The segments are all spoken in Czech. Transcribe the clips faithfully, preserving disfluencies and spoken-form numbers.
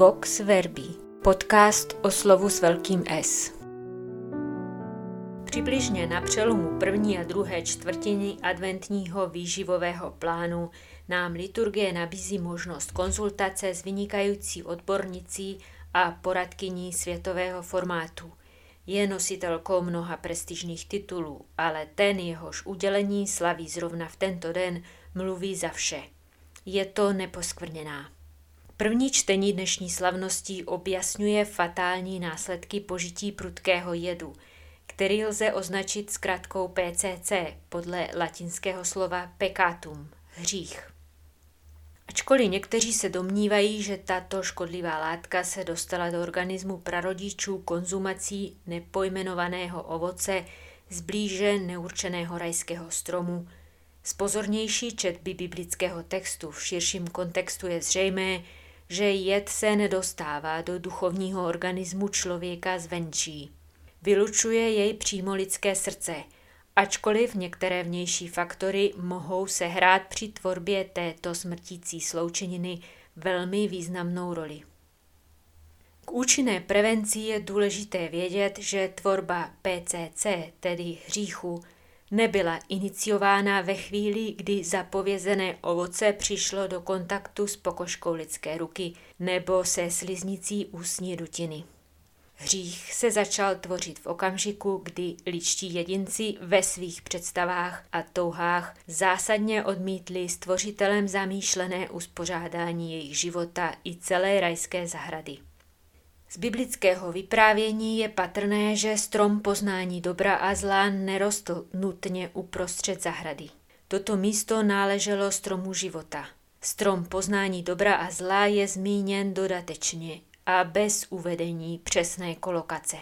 Vox Verbi, podcast o slovu s velkým S. Přibližně na přelomu první a druhé čtvrtiny adventního výživového plánu nám liturgie nabízí možnost konzultace s vynikající odbornicí a poradkyní světového formátu. Je nositelkou mnoha prestižních titulů, ale ten, jehož udělení slaví zrovna v tento den, mluví za vše. Je to neposkvrněná. První čtení dnešní slavností objasňuje fatální následky požití prudkého jedu, který lze označit zkratkou P C C podle latinského slova peccatum, hřích. Ačkoliv někteří se domnívají, že tato škodlivá látka se dostala do organismu prarodičů konzumací nepojmenovaného ovoce z blíže neurčeného rajského stromu, z pozornější četby biblického textu v širším kontextu je zřejmé, že jed se nedostává do duchovního organismu člověka zvenčí. Vylučuje jej přímo lidské srdce, ačkoliv některé vnější faktory mohou sehrát při tvorbě této smrtící sloučeniny velmi významnou roli. K účinné prevenci je důležité vědět, že tvorba P C C, tedy hříchu, nebyla iniciována ve chvíli, kdy zapovězené ovoce přišlo do kontaktu s pokožkou lidské ruky nebo se sliznicí ústní dutiny. Hřích se začal tvořit v okamžiku, kdy lidští jedinci ve svých představách a touhách zásadně odmítli stvořitelem zamýšlené uspořádání jejich života i celé rajské zahrady. Z biblického vyprávění je patrné, že strom poznání dobra a zla nerostl nutně uprostřed zahrady. Toto místo náleželo stromu života. Strom poznání dobra a zla je zmíněn dodatečně a bez uvedení přesné kolokace.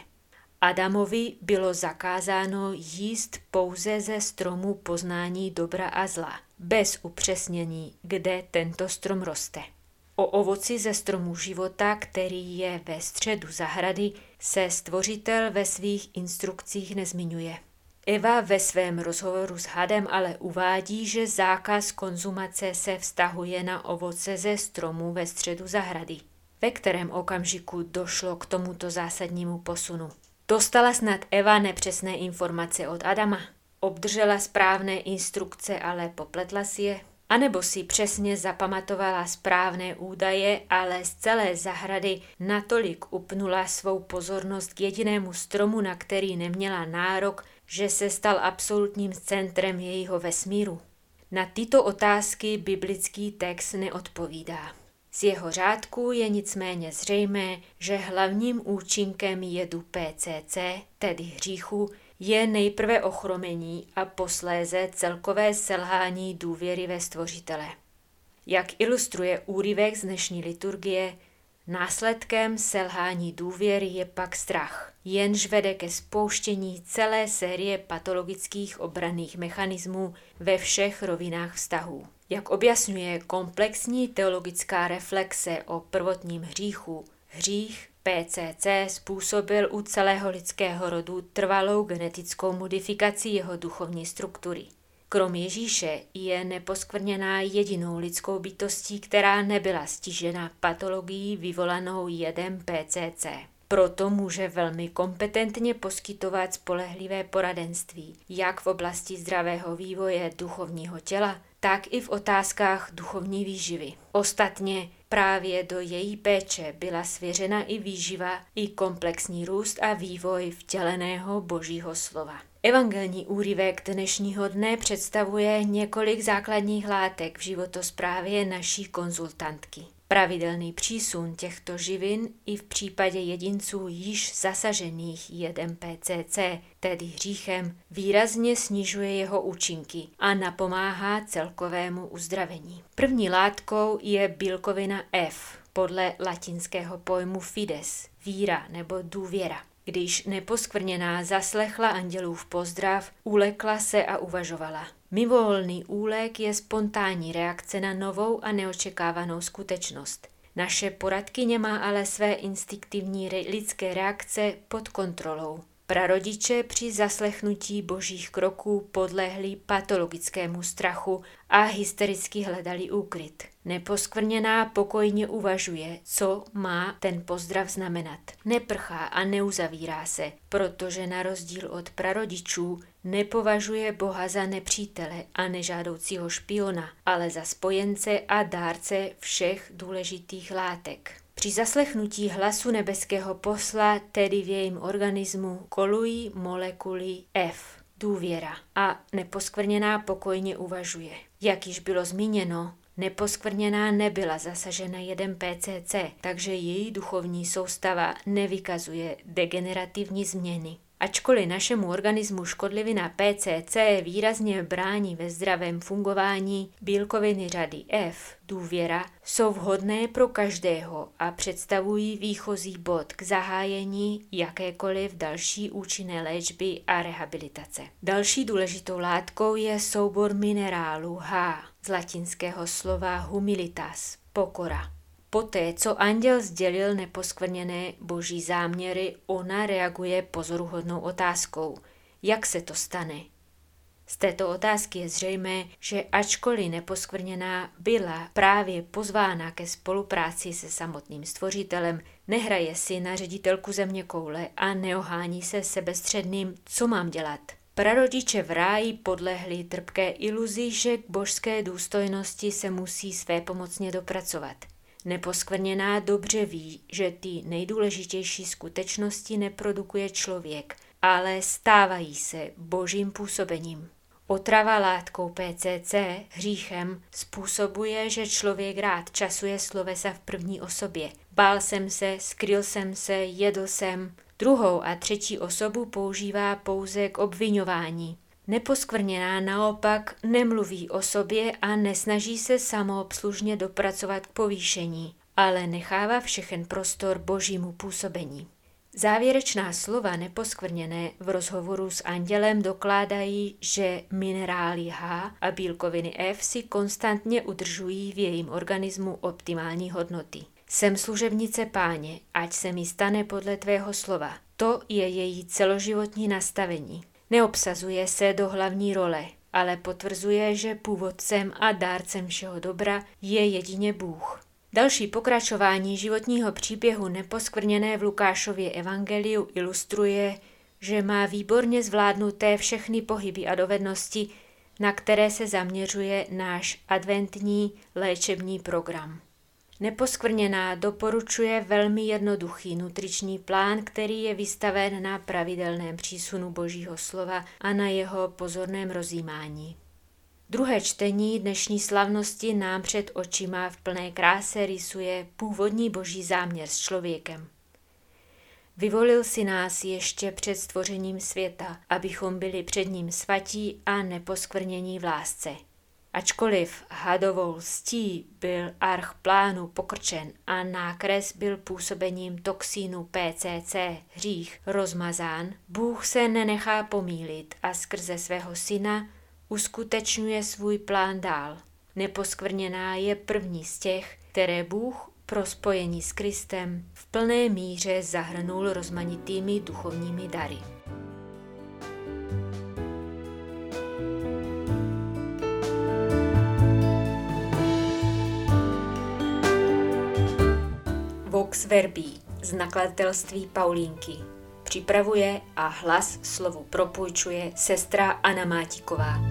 Adamovi bylo zakázáno jíst pouze ze stromu poznání dobra a zla, bez upřesnění, kde tento strom roste. O ovoci ze stromu života, který je ve středu zahrady, se stvořitel ve svých instrukcích nezmiňuje. Eva ve svém rozhovoru s hadem ale uvádí, že zákaz konzumace se vztahuje na ovoce ze stromu ve středu zahrady. Ve kterém okamžiku došlo k tomuto zásadnímu posunu? Dostala snad Eva nepřesné informace od Adama? Obdržela správné instrukce, ale popletla si je? A nebo si přesně zapamatovala správné údaje, ale z celé zahrady natolik upnula svou pozornost k jedinému stromu, na který neměla nárok, že se stal absolutním centrem jejího vesmíru? Na tyto otázky biblický text neodpovídá. Z jeho řádků je nicméně zřejmé, že hlavním účinkem jedu P C C, tedy hříchu, je nejprve ochromení a posléze celkové selhání důvěry ve Stvořitele. Jak ilustruje úryvek z dnešní liturgie, následkem selhání důvěry je pak strach, jenž vede ke spouštění celé série patologických obranných mechanismů ve všech rovinách vztahů. Jak objasňuje komplexní teologická reflexe o prvotním hříchu, hřích P C C způsobil u celého lidského rodu trvalou genetickou modifikaci jeho duchovní struktury. Krom Ježíše je neposkvrněná jedinou lidskou bytostí, která nebyla stižena patologií vyvolanou jedem P C C. Proto může velmi kompetentně poskytovat spolehlivé poradenství, jak v oblasti zdravého vývoje duchovního těla, tak i v otázkách duchovní výživy. Ostatně právě do její péče byla svěřena i výživa, i komplexní růst a vývoj vtěleného Božího slova. Evangelní úryvek dnešního dne představuje několik základních látek v životosprávě naší konzultantky. Pravidelný přísun těchto živin i v případě jedinců již zasažených jedem P C C, tedy hříchem, výrazně snižuje jeho účinky a napomáhá celkovému uzdravení. První látkou je bílkovina F, podle latinského pojmu fides, víra nebo důvěra. Když neposkvrněná zaslechla andělův pozdrav, ulekla se a uvažovala. Mimovolný úlek je spontánní reakce na novou a neočekávanou skutečnost. Naše poradkyně má ale své instinktivní re- lidské reakce pod kontrolou. Prarodiče při zaslechnutí božích kroků podlehli patologickému strachu a hystericky hledali úkryt. Neposkvrněná pokojně uvažuje, co má ten pozdrav znamenat. Neprchá a neuzavírá se, protože na rozdíl od prarodičů nepovažuje Boha za nepřítele a nežádoucího špiona, ale za spojence a dárce všech důležitých látek. Při zaslechnutí hlasu nebeského posla, tedy v jejím organismu, kolují molekuly F, důvěra, a neposkvrněná pokojně uvažuje. Jak již bylo zmíněno, neposkvrněná nebyla zasažena jedem P C C, takže její duchovní soustava nevykazuje degenerativní změny. Ačkoliv našemu organismu škodlivina P C C výrazně brání ve zdravém fungování, bílkoviny řady F, důvěra, jsou vhodné pro každého a představují výchozí bod k zahájení jakékoliv další účinné léčby a rehabilitace. Další důležitou látkou je soubor minerálu H, z latinského slova humilitas, pokora. Poté, co anděl sdělil neposkvrněné boží záměry, ona reaguje pozoruhodnou otázkou. Jak se to stane? Z této otázky je zřejmé, že ačkoliv neposkvrněná byla právě pozvána ke spolupráci se samotným stvořitelem, nehraje si na ředitelku země koule a neohání se sebestředným, co mám dělat. Prarodiče v ráji podlehli trpké iluzi, že k božské důstojnosti se musí svépomocně dopracovat. Neposkvrněná dobře ví, že ty nejdůležitější skutečnosti neprodukuje člověk, ale stávají se božím působením. Otrava látkou P C C, hříchem, způsobuje, že člověk rád časuje slovesa v první osobě. Bál jsem se, skryl jsem se, jedl jsem. Druhou a třetí osobu používá pouze k obviňování. Neposkvrněná naopak nemluví o sobě a nesnaží se samoobslužně dopracovat k povýšení, ale nechává všechen prostor božímu působení. Závěrečná slova neposkvrněné v rozhovoru s andělem dokládají, že minerály H a bílkoviny F si konstantně udržují v jejím organismu optimální hodnoty. Jsem služebnice Páně, ať se mi stane podle tvého slova. To je její celoživotní nastavení. Neobsazuje se do hlavní role, ale potvrzuje, že původcem a dárcem všeho dobra je jedině Bůh. Další pokračování životního příběhu neposkvrněné v Lukášově evangeliu ilustruje, že má výborně zvládnuté všechny pohyby a dovednosti, na které se zaměřuje náš adventní léčebný program. Neposkvrněná doporučuje velmi jednoduchý nutriční plán, který je vystaven na pravidelném přísunu Božího slova a na jeho pozorném rozjímání. Druhé čtení dnešní slavnosti nám před očima v plné kráse rýsuje původní boží záměr s člověkem. Vyvolil si nás ještě před stvořením světa, abychom byli před ním svatí a neposkvrnění v lásce. Ačkoliv hadovou lstí byl arch plánu pokrčen a nákres byl působením toxínu P C C, hřích, rozmazán, Bůh se nenechá pomýlit a skrze svého syna uskutečňuje svůj plán dál. Neposkvrněná je první z těch, které Bůh pro spojení s Kristem v plné míře zahrnul rozmanitými duchovními dary. Vox Verbi z nakladatelství Paulínky připravuje a hlas slovu propůjčuje sestra Anna Mátiková.